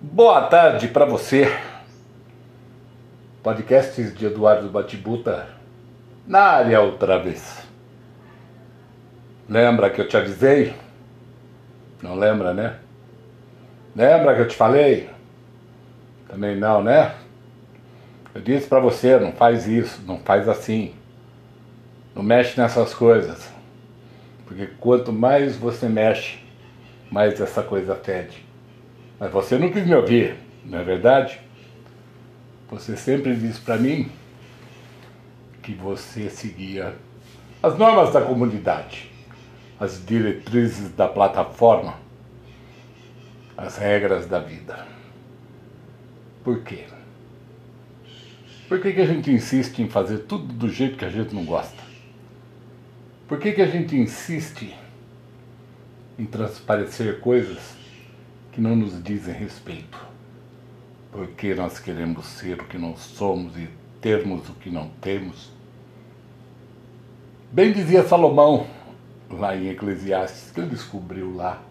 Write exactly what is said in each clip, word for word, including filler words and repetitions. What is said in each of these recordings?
Boa tarde para você. Podcasts de Eduardo Batibuta na área outra vez. Lembra que eu te avisei? Não lembra, né? Lembra que eu te falei? Também não, né? Eu disse para você, não faz isso, não faz assim. Não mexe nessas coisas. Porque quanto mais você mexe, mais essa coisa fede. Mas você não quis me ouvir, não é verdade? Você sempre disse para mim que você seguia as normas da comunidade, as diretrizes da plataforma, as regras da vida. Por quê? Por que, que a gente insiste em fazer tudo do jeito que a gente não gosta? Por que, que a gente insiste em transparecer coisas que não nos dizem respeito? Porque nós queremos ser o que não somos e termos o que não temos. Bem dizia Salomão, lá em Eclesiastes, que ele descobriu lá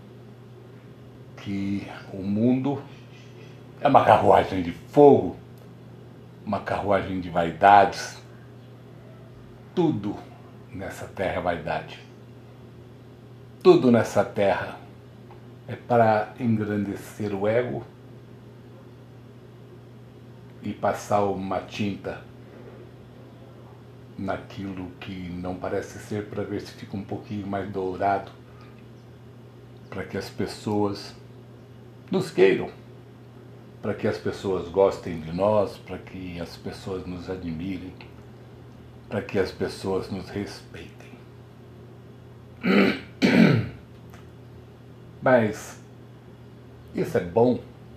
que o mundo é uma carruagem de fogo, uma carruagem de vaidades. Tudo nessa terra é vaidade. Tudo nessa terra é para engrandecer o ego e passar uma tinta naquilo que não parece ser, para ver se fica um pouquinho mais dourado, para que as pessoas nos queiram, para que as pessoas gostem de nós, para que as pessoas nos admirem, para que as pessoas nos respeitem. Mas isso é bom,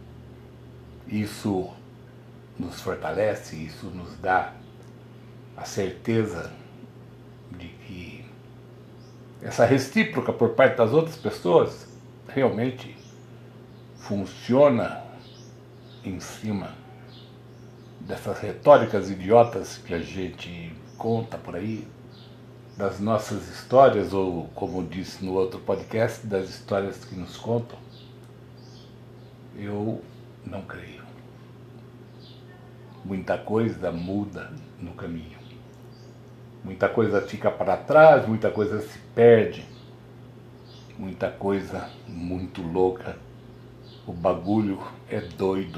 isso nos fortalece, isso nos dá a certeza de que essa recíproca por parte das outras pessoas realmente funciona em cima dessas retóricas idiotas que a gente conta por aí, das nossas histórias, ou como disse no outro podcast, das histórias que nos contam. Eu não creio. Muita coisa muda no caminho. Muita coisa fica para trás, muita coisa se perde, muita coisa muito louca. O bagulho é doido.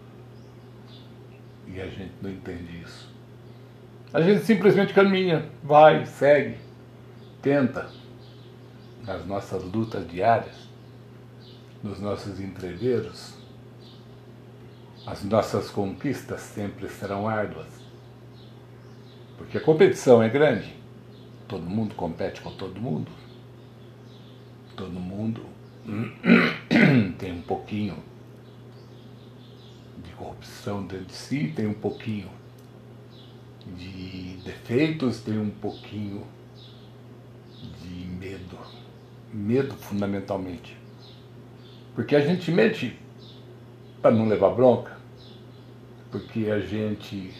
E a gente não entende isso. A gente simplesmente caminha, vai, segue, tenta, nas nossas lutas diárias, nos nossos entreveros. As nossas conquistas sempre serão árduas. Porque a competição é grande. Todo mundo compete com todo mundo. Todo mundo tem um pouquinho de corrupção dentro de si, tem um pouquinho de defeitos, tem um pouquinho de medo. Medo, fundamentalmente. Porque a gente mente para não levar bronca, porque a gente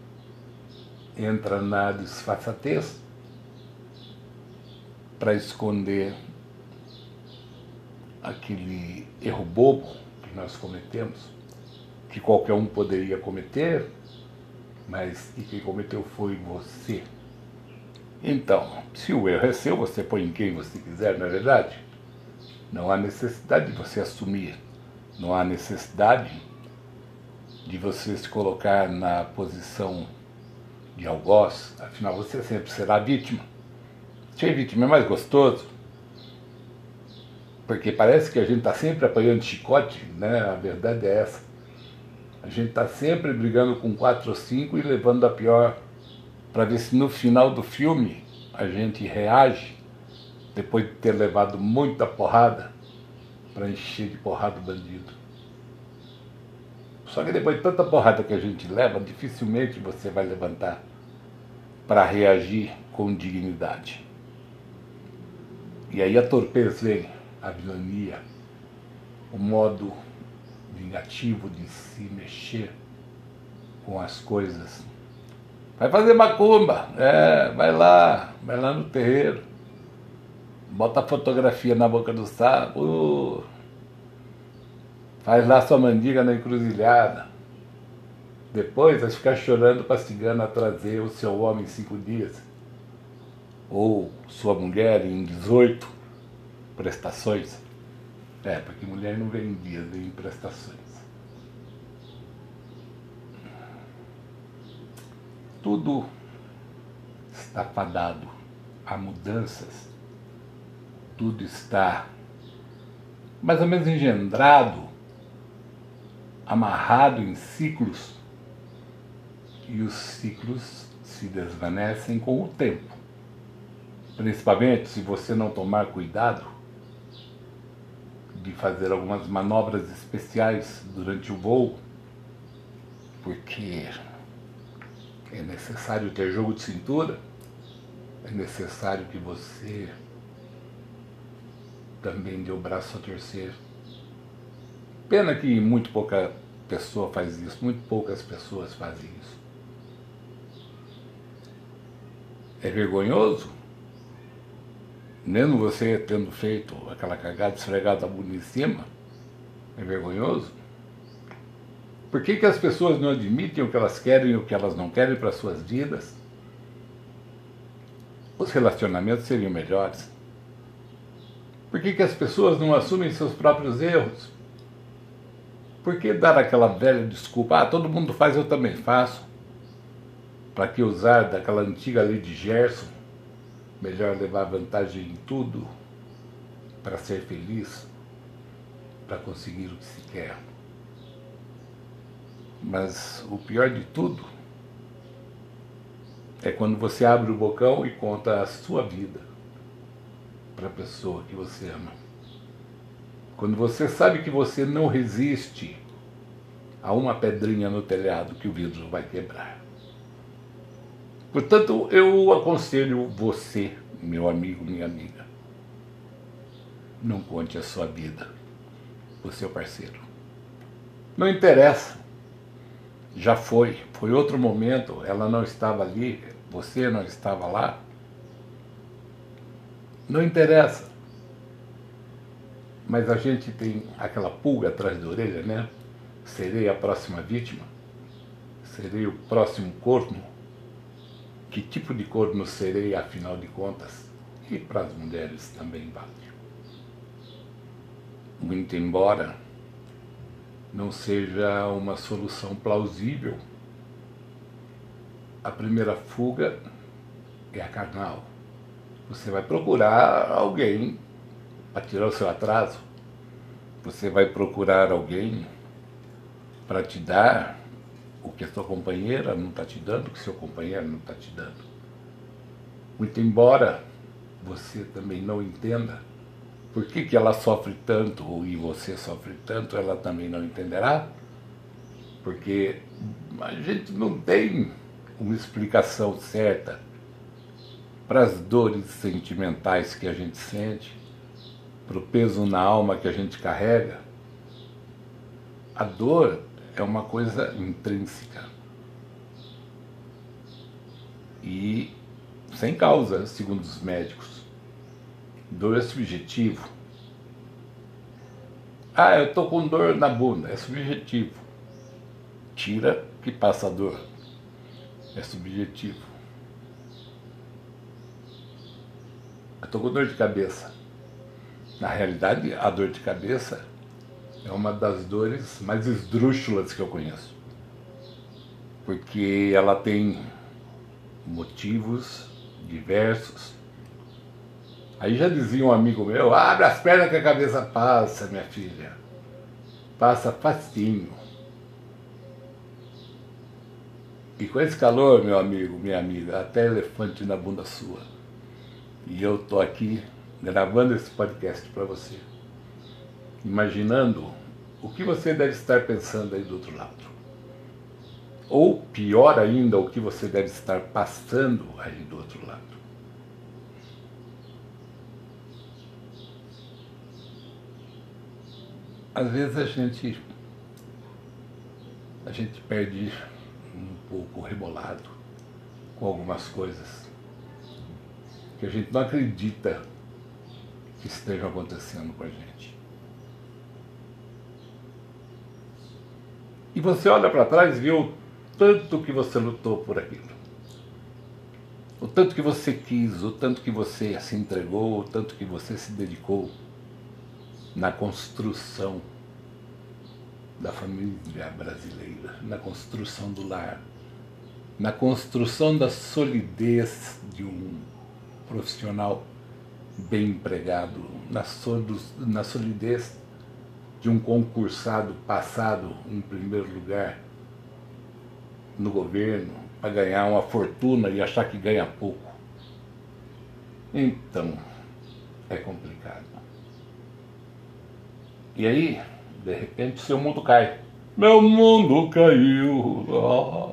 entra na disfarçatez para esconder aquele erro bobo que nós cometemos, que qualquer um poderia cometer, mas que quem cometeu foi você. Então, se o erro é seu, você põe em quem você quiser, não é verdade? Não há necessidade de você assumir, não há necessidade de você se colocar na posição de algoz, afinal você sempre será vítima. Ser vítima é mais gostoso, porque parece que a gente está sempre apanhando chicote, né? A verdade é essa. A gente está sempre brigando com quatro ou cinco e levando a pior, para ver se no final do filme a gente reage, depois de ter levado muita porrada, para encher de porrada o bandido. Só que depois de tanta porrada que a gente leva, dificilmente você vai levantar para reagir com dignidade. E aí a torpeza vem, a vilania, o modo vingativo de se mexer com as coisas. Vai fazer macumba, é, vai lá, vai lá no terreiro, bota a fotografia na boca do sapo, Faz lá sua mandiga na encruzilhada. Depois vai ficar chorando para a cigana trazer o seu homem em cinco dias. Ou sua mulher em dezoito prestações. É, porque mulher não vem em dias, vem em prestações. Tudo está fadado a mudanças. Tudo está mais ou menos engendrado, amarrado em ciclos, e os ciclos se desvanecem com o tempo. Principalmente se você não tomar cuidado de fazer algumas manobras especiais durante o voo, porque é necessário ter jogo de cintura, é necessário que você também dê o braço a torcer. Pena que muito pouca pessoa faz isso, muito poucas pessoas fazem isso. É vergonhoso, mesmo você tendo feito aquela cagada, esfregado a bunda em cima, é vergonhoso. Por que que as pessoas não admitem o que elas querem e o que elas não querem para suas vidas? Os relacionamentos seriam melhores. Por que que as pessoas não assumem seus próprios erros? Por que dar aquela velha desculpa, ah, todo mundo faz, eu também faço? Para que usar daquela antiga lei de Gerson, melhor levar vantagem em tudo para ser feliz, para conseguir o que se quer. Mas o pior de tudo é quando você abre o bocão e conta a sua vida para a pessoa que você ama. Quando você sabe que você não resiste a uma pedrinha no telhado que o vidro vai quebrar. Portanto, eu aconselho você, meu amigo, minha amiga, não conte a sua vida para o seu parceiro. Não interessa. Já foi. Foi outro momento. Ela não estava ali. Você não estava lá. Não interessa. Mas a gente tem aquela pulga atrás da orelha, né? Serei a próxima vítima? Serei o próximo corno? Que tipo de corno serei, afinal de contas? E para as mulheres também vale. Muito embora não seja uma solução plausível, a primeira fuga é a carnal. Você vai procurar alguém para tirar o seu atraso. Você vai procurar alguém para te dar o que a sua companheira não está te dando, o que seu companheiro não está te dando. Muito embora você também não entenda por que que ela sofre tanto e você sofre tanto, ela também não entenderá, porque a gente não tem uma explicação certa para as dores sentimentais que a gente sente, para o peso na alma que a gente carrega. A dor é uma coisa intrínseca e sem causa, segundo os médicos. Dor é subjetivo. Ah, eu estou com dor na bunda, é subjetivo. Tira que passa a dor, é subjetivo. Eu estou com dor de cabeça. Na realidade, a dor de cabeça é uma das dores mais esdrúxulas que eu conheço, porque ela tem motivos diversos. Aí já dizia um amigo meu, abre as pernas que a cabeça passa, minha filha. Passa facinho. E com esse calor, meu amigo, minha amiga, até elefante na bunda sua. E eu tô aqui gravando esse podcast para você, imaginando o que você deve estar pensando aí do outro lado. Ou, pior ainda, o que você deve estar passando aí do outro lado. Às vezes a gente, a gente perde um pouco rebolado com algumas coisas que a gente não acredita que estejam acontecendo com a gente. E você olha para trás e vê o tanto que você lutou por aquilo. O tanto que você quis, o tanto que você se entregou, o tanto que você se dedicou na construção da família brasileira, na construção do lar, na construção da solidez de um profissional bem empregado, na, na solidez de um concursado passado em primeiro lugar no governo para ganhar uma fortuna e achar que ganha pouco. Então, é complicado. E aí, de repente, seu mundo cai. Meu mundo caiu. Oh.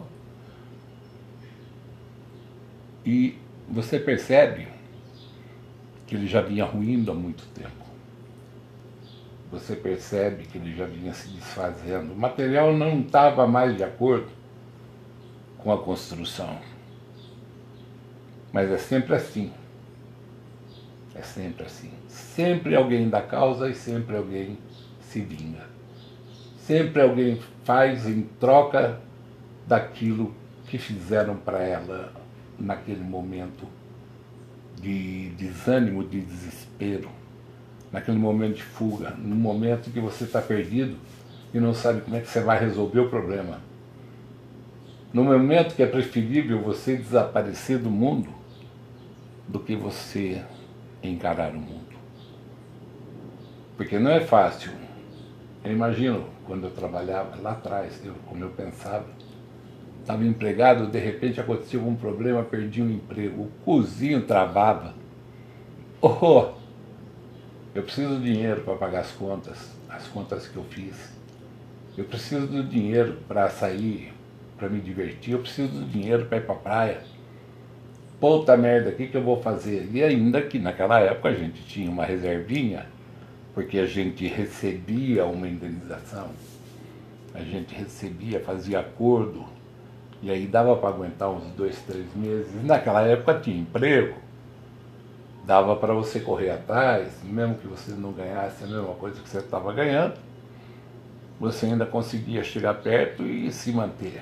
E você percebe que ele já vinha ruindo há muito tempo. Você percebe que ele já vinha se desfazendo. O material não estava mais de acordo com a construção. Mas é sempre assim. É sempre assim. Sempre alguém dá causa e sempre alguém se vinga. Sempre alguém faz em troca daquilo que fizeram para ela naquele momento de desânimo, de desespero, naquele momento de fuga, no momento que você está perdido e não sabe como é que você vai resolver o problema. No momento que é preferível você desaparecer do mundo do que você encarar o mundo. Porque não é fácil. Eu imagino, quando eu trabalhava lá atrás, eu, como eu pensava, estava empregado, de repente acontecia algum problema, perdi um emprego, o cozinho travava. Oh, eu preciso de dinheiro para pagar as contas, as contas que eu fiz. Eu preciso do dinheiro para sair, para me divertir, eu preciso do dinheiro para ir para a praia. Puta merda, o que, que eu vou fazer? E ainda que naquela época a gente tinha uma reservinha, porque a gente recebia uma indenização, a gente recebia, fazia acordo, e aí dava para aguentar uns dois, três meses. E naquela época tinha emprego, dava para você correr atrás, mesmo que você não ganhasse a mesma coisa que você estava ganhando, você ainda conseguia chegar perto e se manter.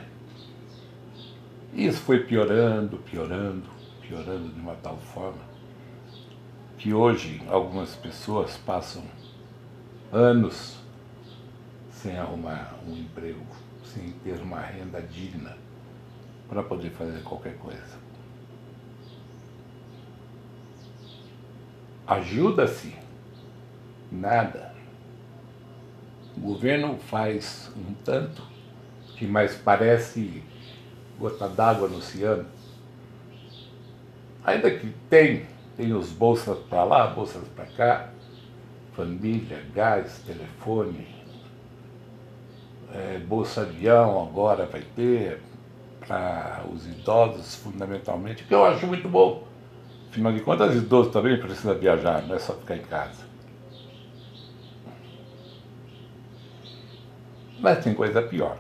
E isso foi piorando, piorando, piorando de uma tal forma que hoje algumas pessoas passam anos sem arrumar um emprego, sem ter uma renda digna para poder fazer qualquer coisa. Ajuda-se? Nada. O governo faz um tanto que mais parece gota d'água no oceano. Ainda que tem, tem os bolsas para lá, bolsas para cá, família, gás, telefone, é, bolsa avião agora vai ter, para os idosos fundamentalmente, que eu acho muito bom. Afinal de contas, idoso também precisa viajar, não é só ficar em casa. Mas tem coisa pior.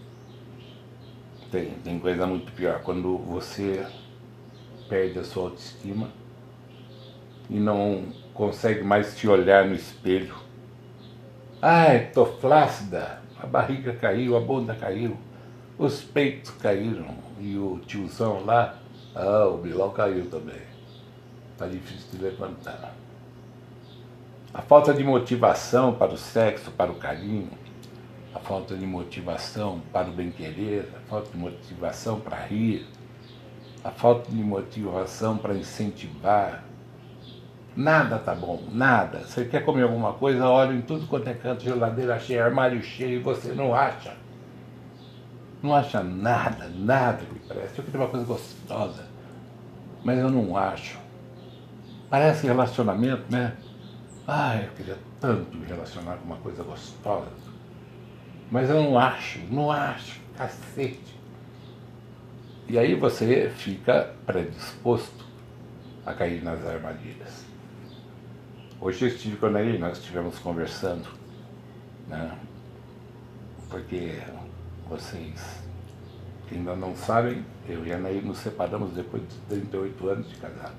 Tem, tem coisa muito pior. Quando você perde a sua autoestima e não consegue mais te olhar no espelho. Ai, tô flácida, a barriga caiu, a bunda caiu, os peitos caíram e o tiozão lá, ah, o bilão caiu também. Tá difícil de levantar. A falta de motivação para o sexo, para o carinho, a falta de motivação para o bem-querer, a falta de motivação para rir, a falta de motivação para incentivar. Nada tá bom, nada. Você quer comer alguma coisa, olha em tudo quanto é canto, geladeira cheia, armário cheio, e você não acha. Não acha nada, nada que preste. Eu queria uma coisa gostosa, mas eu não acho. Parece relacionamento, né? Ah, eu queria tanto me relacionar com uma coisa gostosa, mas eu não acho, não acho, cacete. E aí você fica predisposto a cair nas armadilhas. Hoje eu estive com a Nair, nós estivemos conversando, né? Porque vocês que ainda não sabem, eu e a Nair nos separamos depois de trinta e oito anos de casado.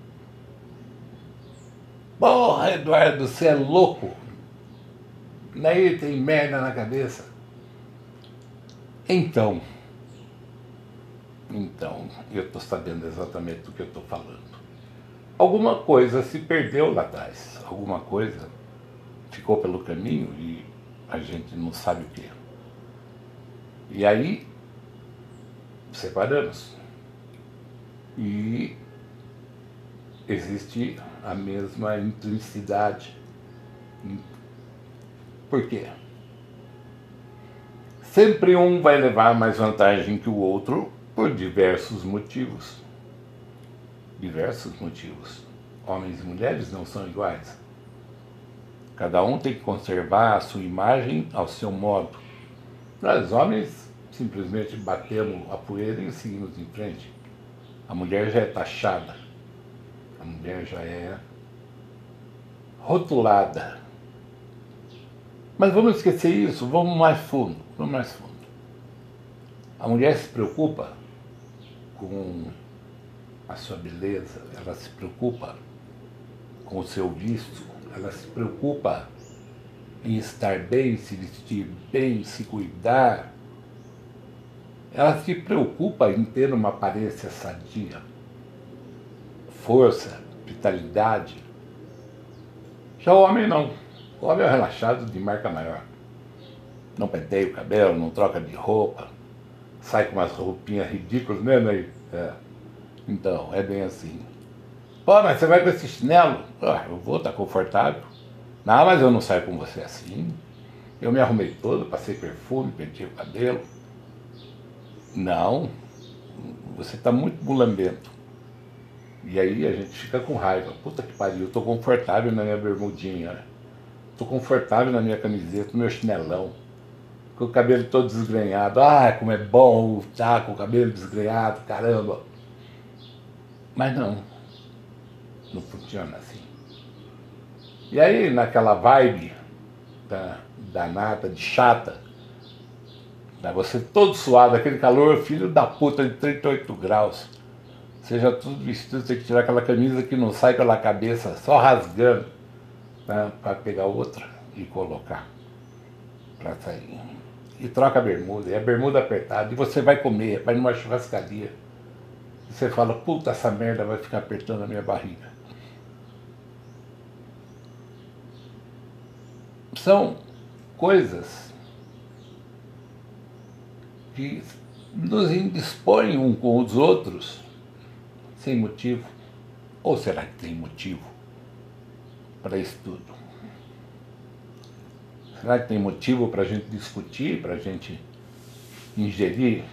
Porra, Eduardo, você é louco! Nair tem merda na cabeça. Então, então, eu estou sabendo exatamente do que eu estou falando. Alguma coisa se perdeu lá atrás, alguma coisa ficou pelo caminho e a gente não sabe o que. E aí, separamos. E existe a mesma intensidade. Por quê? Sempre um vai levar mais vantagem que o outro por diversos motivos. Diversos motivos. Homens e mulheres não são iguais. Cada um tem que conservar a sua imagem ao seu modo. Nós, homens, simplesmente batemos a poeira e seguimos em frente. A mulher já é taxada. A mulher já é rotulada. Mas vamos esquecer isso, vamos mais fundo, vamos mais fundo. A mulher se preocupa com a sua beleza, ela se preocupa com o seu visto, ela se preocupa em estar bem, se vestir bem, se cuidar. Ela se preocupa em ter uma aparência sadia, força, vitalidade. Já o homem não. O homem é relaxado de marca maior. Não penteia o cabelo, não troca de roupa, sai com umas roupinhas ridículas, né, Ney? É. Então, é bem assim. Pô, mas você vai com esse chinelo? Ah, eu vou, tá confortável. Não, mas eu não saio com você assim. Eu me arrumei todo, passei perfume, pentei o cabelo. Não, você tá muito mulambento. E aí a gente fica com raiva. Puta que pariu, eu tô confortável na minha bermudinha, né? Tô confortável na minha camiseta, no meu chinelão, com o cabelo todo desgrenhado. Ah, como é bom estar com o cabelo desgrenhado, caramba. Mas não, não funciona assim. E aí, naquela vibe da, danada, de chata, da você todo suado, aquele calor, filho da puta, de trinta e oito graus, seja tudo vestido, tem que tirar aquela camisa que não sai pela cabeça, só rasgando, para pegar outra e colocar para sair. E troca a bermuda, e a bermuda apertada, e você vai comer, vai numa churrascaria, e você fala, puta, essa merda vai ficar apertando a minha barriga. São coisas que nos indispõem um com os outros sem motivo. Ou será que tem motivo para isso tudo? Será que tem motivo para a gente discutir, para a gente ingerir?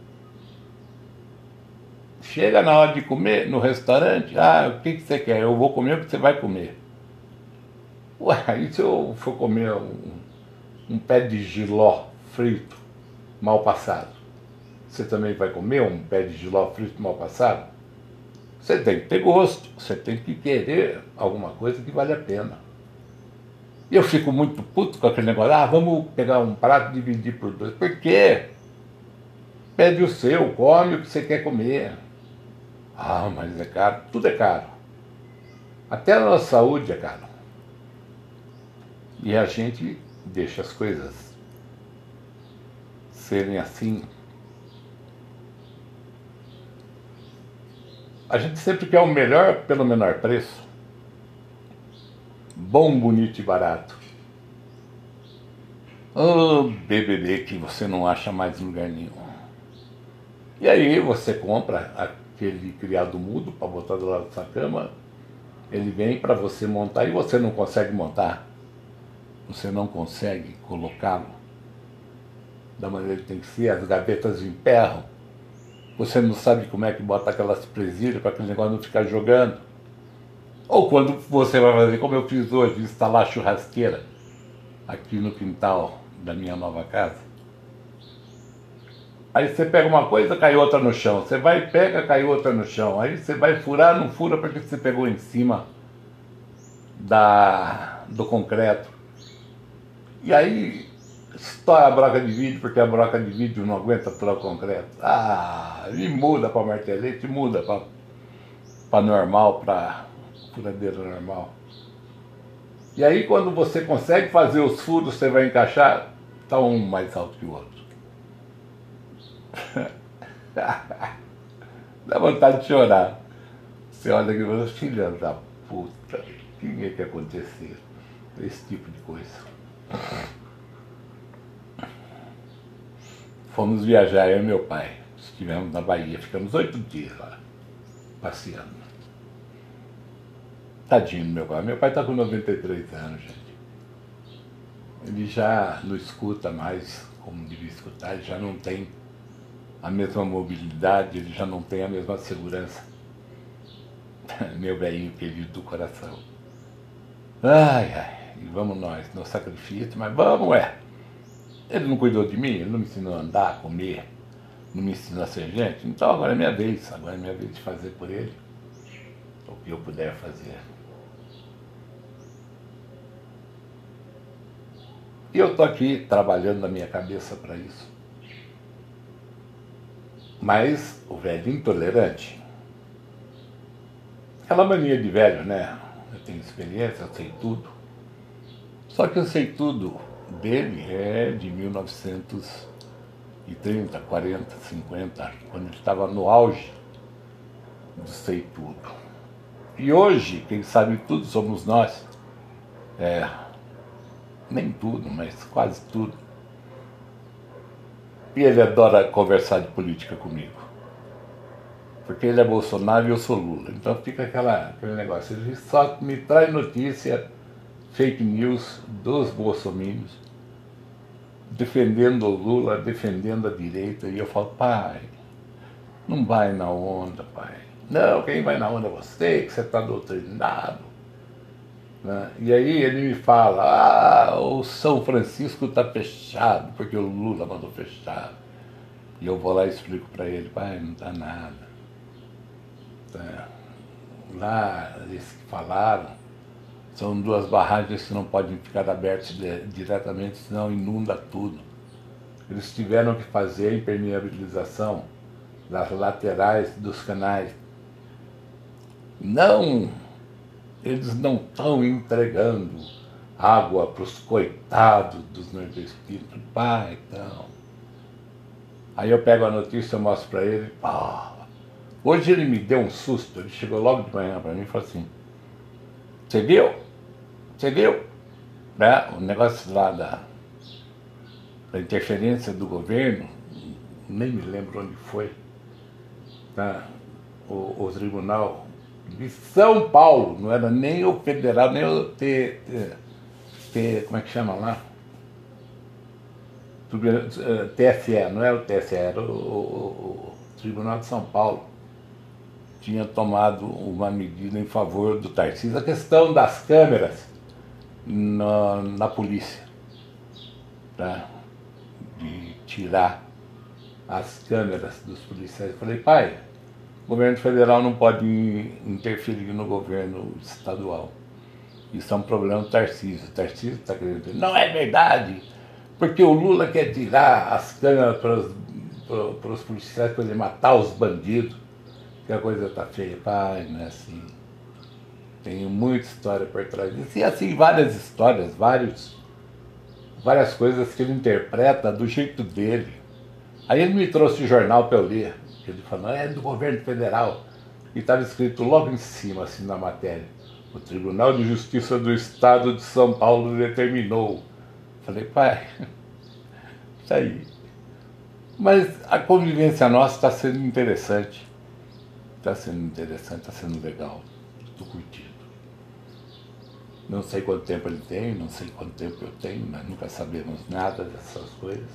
Chega na hora de comer no restaurante, ah, o que, que você quer? Eu vou comer o que você vai comer. Ué, e se eu for comer um, um pé de jiló frito, mal passado? Você também vai comer um pé de jiló frito mal passado? Você tem que ter gosto, você tem que querer alguma coisa que vale a pena. E eu fico muito puto com aquele negócio, ah, vamos pegar um prato e dividir por dois. Por quê? Pede o seu, come o que você quer comer. Ah, mas é caro, tudo é caro. Até a nossa saúde é caro. E a gente deixa as coisas serem assim. A gente sempre quer o melhor pelo menor preço. Bom, bonito e barato. Oh, B B B que você não acha mais em lugar nenhum. E aí você compra aquele criado mudo para botar do lado da sua cama. Ele vem para você montar e você não consegue montar. Você não consegue colocá-lo da maneira que tem que ser, as gavetas emperram. Você não sabe como é que bota aquelas presilhas para aquele negócio não ficar jogando. Ou quando você vai fazer, como eu fiz hoje, instalar a churrasqueira aqui no quintal da minha nova casa. Aí você pega uma coisa, cai outra no chão. Você vai e pega, cai outra no chão. Aí você vai furar, não fura porque você pegou em cima da, do concreto. E aí estoura a broca de vidro, porque a broca de vidro não aguenta aturar o concreto. Ah, e muda para martelete, muda para normal, para furadeira normal. E aí quando você consegue fazer os furos, você vai encaixar, está um mais alto que o outro. Dá vontade de chorar. Você olha aqui e fala, filha da puta, o que é que aconteceu? Esse tipo de coisa. Fomos viajar, eu e meu pai. Estivemos na Bahia, ficamos oito dias lá, passeando. Tadinho do meu pai. Meu pai está com noventa e três anos, gente. Ele já não escuta mais como devia escutar, ele já não tem a mesma mobilidade, ele já não tem a mesma segurança. Meu velhinho querido do coração. Ai, ai, e vamos nós, no sacrifício, mas vamos, é. Ele não cuidou de mim, ele não me ensinou a andar, a comer, não me ensinou a ser gente, então agora é minha vez, agora é minha vez de fazer por ele o que eu puder fazer. E eu estou aqui trabalhando na minha cabeça para isso. Mas o velho intolerante, aquela mania de velho, né? Eu tenho experiência, eu sei tudo. Só que eu sei tudo dele é de mil novecentos e trinta, quarenta, cinquenta, quando ele estava no auge do sei tudo. E hoje, quem sabe tudo somos nós. É, nem tudo, mas quase tudo. E ele adora conversar de política comigo. Porque ele é Bolsonaro e eu sou Lula. Então fica aquela, aquele negócio. Ele só me traz notícia, fake news dos bolsominions, defendendo o Lula, defendendo a direita. E eu falo, pai, não vai na onda, pai. Não, quem vai na onda é você, que você está doutrinado. Né? E aí ele me fala, ah, o São Francisco está fechado, porque o Lula mandou fechar. E eu vou lá e explico para ele, pai, não está nada. Tá. Lá, eles falaram, são duas barragens que não podem ficar abertas diretamente, senão inunda tudo. Eles tiveram que fazer a impermeabilização das laterais dos canais. Não, eles não estão entregando água para os coitados dos nordestinos. Pai, então. Aí eu pego a notícia, eu mostro para ele, pá. Hoje ele me deu um susto, ele chegou logo de manhã para mim e falou assim, você viu? Você viu? Né? O negócio lá da, da interferência do governo, nem me lembro onde foi, tá? o, o tribunal de São Paulo, não era nem o federal, nem o T, T, T como é que chama lá? T S E, não era o T S E, era o, o, o Tribunal de São Paulo. Tinha tomado uma medida em favor do Tarcísio, a questão das câmeras na, na polícia, tá? De tirar as câmeras dos policiais. Eu falei, pai, o governo federal não pode interferir no governo estadual. Isso é um problema do Tarcísio. O Tarcísio está querendo dizer, não é verdade, porque o Lula quer tirar as câmeras para os, para, para os policiais para ele matar os bandidos. Que a coisa tá feia, pai, não é assim. Tenho muita história por trás disso. E assim, várias histórias, vários, várias coisas que ele interpreta do jeito dele. Aí ele me trouxe o jornal para eu ler. Ele falou, é do governo federal. E estava escrito logo em cima, assim, na matéria. O Tribunal de Justiça do Estado de São Paulo determinou. Falei, pai, isso aí. Mas a convivência nossa está sendo interessante. Está sendo interessante, está sendo legal, estou curtindo. Não sei quanto tempo ele tem, não sei quanto tempo eu tenho, nós nunca sabemos nada dessas coisas.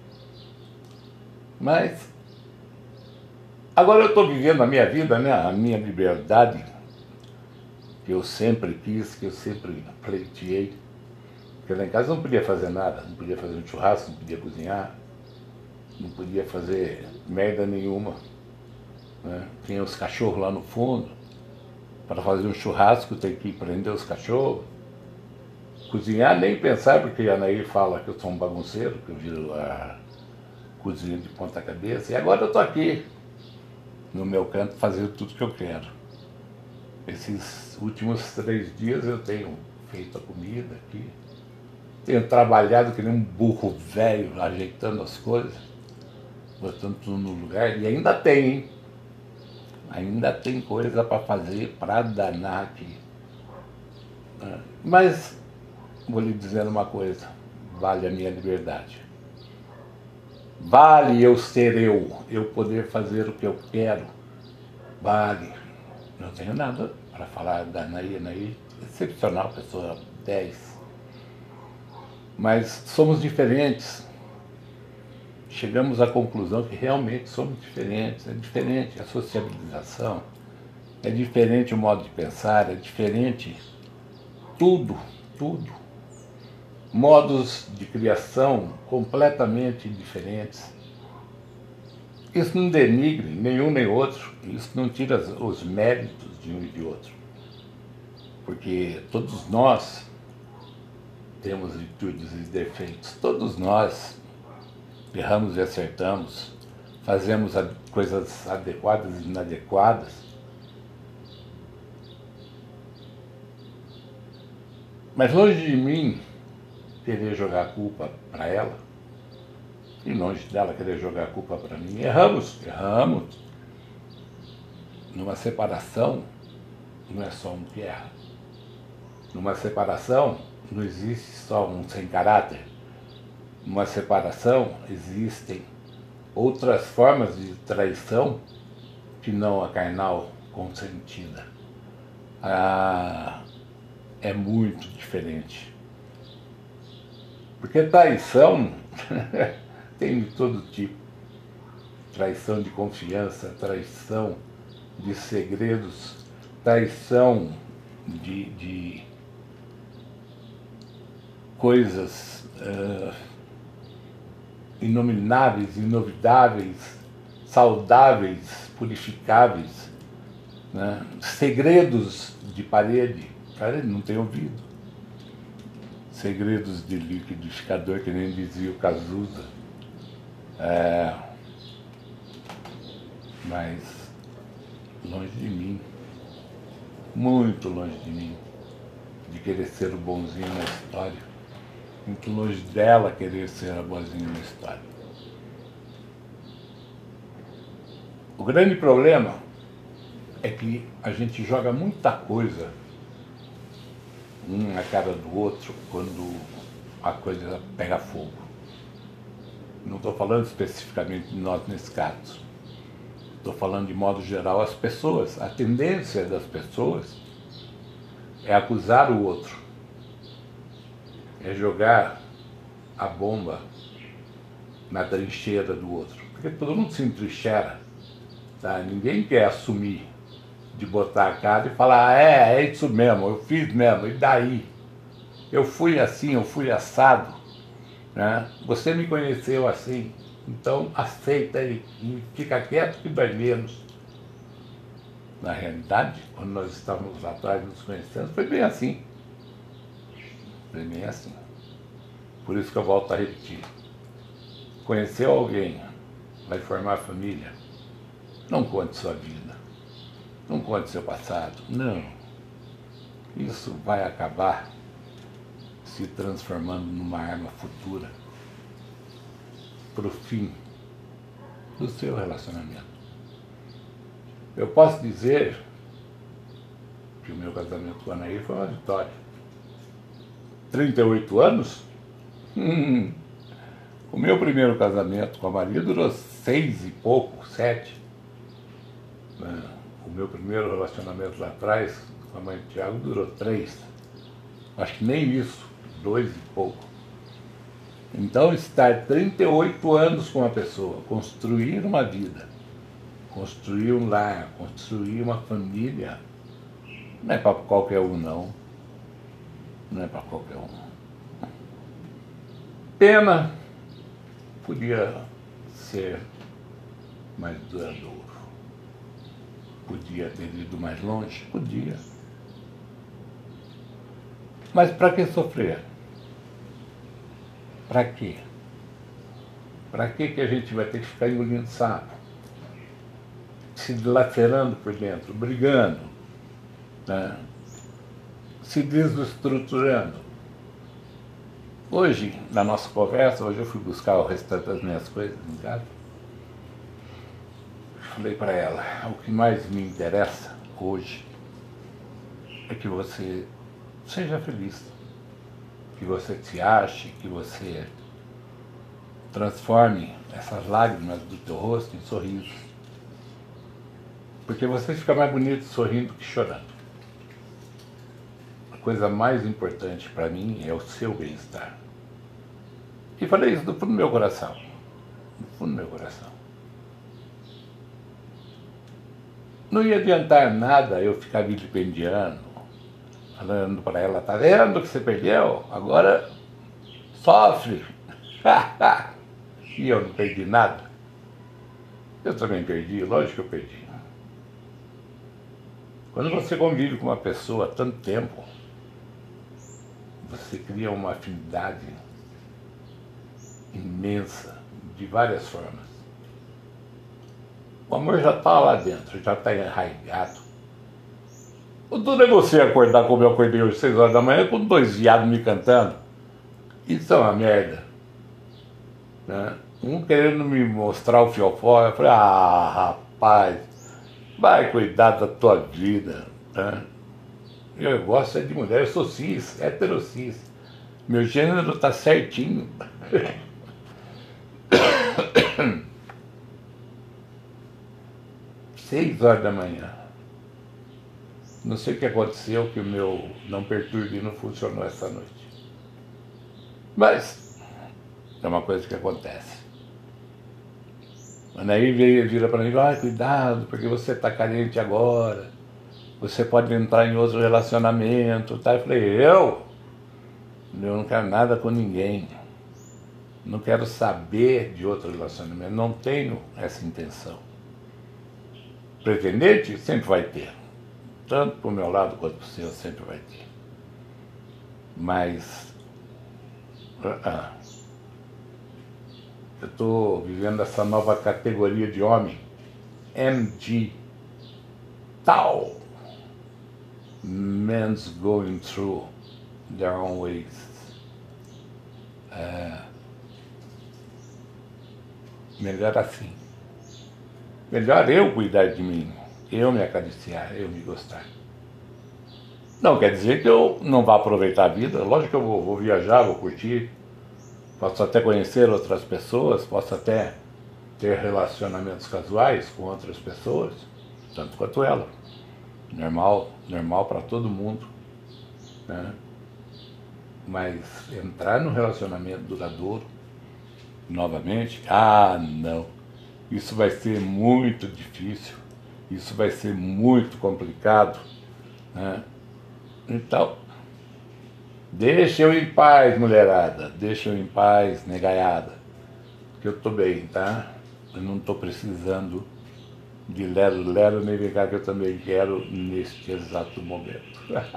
Mas, agora eu estou vivendo a minha vida, né, a minha liberdade, que eu sempre quis, que eu sempre pleiteei. Porque lá em casa eu não podia fazer nada, não podia fazer um churrasco, não podia cozinhar, não podia fazer merda nenhuma. Né? Tinha os cachorros lá no fundo. Para fazer um churrasco tem que prender os cachorros. Cozinhar nem pensar, porque a Anaí fala que eu sou um bagunceiro, que eu viro a cozinha de ponta cabeça. E agora eu estou aqui, no meu canto, fazendo tudo que eu quero. Esses últimos três dias eu tenho feito a comida aqui. Tenho trabalhado que nem um burro velho, ajeitando as coisas. botando tudo no lugar, e ainda tem, hein? Ainda tem coisa para fazer para danar aqui. Mas, vou lhe dizer uma coisa, vale a minha liberdade. Vale eu ser eu, eu poder fazer o que eu quero. Vale. Não tenho nada para falar da Anaí, Anaí, excepcional pessoa, dez. Mas somos diferentes. Chegamos à conclusão que realmente somos diferentes. É diferente a sociabilização, é diferente o modo de pensar, é diferente tudo, tudo. Modos de criação completamente diferentes. Isso não denigre nenhum nem outro, isso não tira os méritos de um e de outro. Porque todos nós temos virtudes e defeitos, todos nós erramos e acertamos, fazemos coisas adequadas e inadequadas. Mas longe de mim querer jogar a culpa para ela, e longe dela querer jogar a culpa para mim. Erramos, erramos. Numa separação, não é só um que erra. Numa separação, não existe só um sem caráter. Numa separação, existem outras formas de traição que não a carnal consentida. Ah, é muito diferente. Porque traição tem de todo tipo. Traição de confiança, traição de segredos, traição de, de coisas uh, inomináveis, inovidáveis, saudáveis, purificáveis, né? Segredos de parede, parede não tem ouvido. Segredos de liquidificador, que nem dizia o Cazuza. É, mas longe de mim, muito longe de mim, de querer ser o bonzinho na história, muito longe dela querer ser a boazinha na história. O grande problema é que a gente joga muita coisa um na cara do outro quando a coisa pega fogo. Não estou falando especificamente de nós nesse caso. Estou falando de modo geral as pessoas. A tendência das pessoas é acusar o outro. É jogar a bomba na trincheira do outro. Porque todo mundo se entrincheira. Tá? Ninguém quer assumir, de botar a cara e falar, ah, é, é isso mesmo, eu fiz mesmo, e daí? Eu fui assim, eu fui assado, né? Você me conheceu assim, então aceita e, e fica quieto que dói menos. Na realidade, quando nós estávamos lá atrás nos conhecendo, foi bem assim. Foi bem assim. Por isso que eu volto a repetir. Conheceu alguém, vai formar família, não conte sua vida. Não conte seu passado, não. Isso vai acabar se transformando numa arma futura para o fim do seu relacionamento. Eu posso dizer que o meu casamento com a Anaí foi uma vitória. trinta e oito anos? Hum, o meu primeiro casamento com a Maria durou seis e pouco, sete. O meu primeiro relacionamento lá atrás, com a mãe do Tiago, durou três. Acho que nem isso, dois e pouco. Então, estar trinta e oito anos com uma pessoa, construir uma vida, construir um lar, construir uma família, não é para qualquer um, não. Não é para qualquer um. Pena, podia ser mais duradouro. Podia ter ido mais longe? Podia. Mas para que sofrer? Para quê? Para que que a gente vai ter que ficar engolindo sapo? Se dilacerando por dentro, brigando, né? Se desestruturando. Hoje, na nossa conversa, hoje eu fui buscar o restante das minhas coisas em casa, falei para ela, o que mais me interessa hoje é que você seja feliz, que você se ache, que você transforme essas lágrimas do teu rosto em sorrisos, porque você fica mais bonito sorrindo que chorando. A coisa mais importante para mim é o seu bem-estar. E falei isso do fundo do meu coração, do fundo do meu coração. Não ia adiantar nada eu ficar vilipendiando, falando para ela, tá vendo que você perdeu? Agora sofre. E eu não perdi nada. Eu também perdi, lógico que eu perdi. Quando você convive com uma pessoa há tanto tempo, você cria uma afinidade imensa, de várias formas. O amor já está lá dentro, já está enraizado. O duro é você acordar como eu acordei hoje, seis horas da manhã, com dois viados me cantando. Isso é uma merda. Né? Um querendo me mostrar o fiofó, eu falei, ah, rapaz, vai cuidar da tua vida. Né? Eu gosto é de mulher, eu sou cis, heterocis. Meu gênero está certinho. Seis horas da manhã. Não sei o que aconteceu, que o meu não perturbe não funcionou essa noite. Mas é uma coisa que acontece. Mas aí veio, vira para mim, ah, cuidado, porque você está carente agora. Você pode entrar em outro relacionamento. Tá? Eu falei, eu? Eu não quero nada com ninguém. Não quero saber de outro relacionamento. Não tenho essa intenção. Pretendente sempre vai ter. Tanto para o meu lado quanto para o seu, sempre vai ter. Mas ah, eu estou vivendo essa nova categoria de homem, M G, tal. Men's going through their own ways. É, melhor assim. Melhor eu cuidar de mim, eu me acariciar, eu me gostar. Não quer dizer que eu não vá aproveitar a vida, lógico que eu vou, vou viajar, vou curtir, posso até conhecer outras pessoas, posso até ter relacionamentos casuais com outras pessoas, tanto quanto ela. Normal, normal para todo mundo. Né? Mas entrar num relacionamento duradouro, novamente, ah, não. Isso vai ser muito difícil, isso vai ser muito complicado, né? Então, deixa eu em paz, mulherada, deixa eu em paz, negaiada, que eu tô bem, tá? Eu não tô precisando de lero-lero, nem ligar que eu também quero neste exato momento.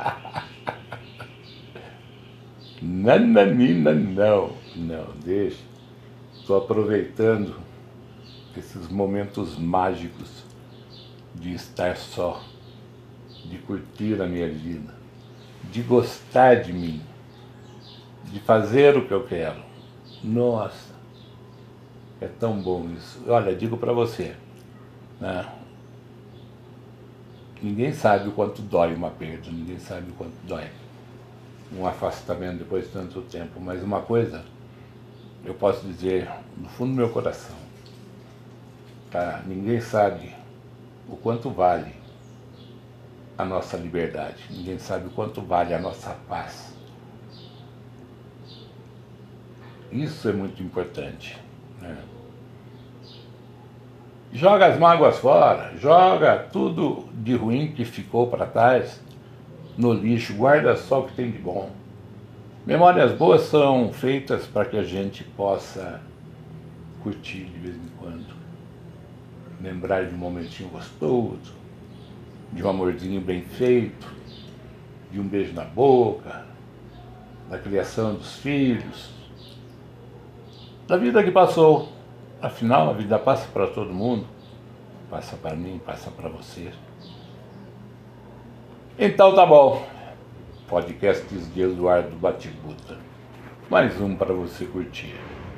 Nananina, não, não, deixa. Estou aproveitando esses momentos mágicos de estar só, de curtir a minha vida, de gostar de mim, de fazer o que eu quero. Nossa, é tão bom isso. Olha, digo para você, né? Ninguém sabe o quanto dói uma perda, ninguém sabe o quanto dói um afastamento depois de tanto tempo, mas uma coisa eu posso dizer no fundo do meu coração, tá? Ninguém sabe o quanto vale a nossa liberdade, ninguém sabe o quanto vale a nossa paz. Isso é muito importante, né? Joga as mágoas fora, joga tudo de ruim que ficou para trás no lixo, guarda só o que tem de bom. Memórias boas são feitas para que a gente possa curtir de vez em quando, lembrar de um momentinho gostoso, de um amorzinho bem feito, de um beijo na boca, da criação dos filhos, da vida que passou. Afinal, a vida passa para todo mundo, passa para mim, passa para você. Então tá bom. Podcasts de Eduardo Batibuta. Mais um para você curtir.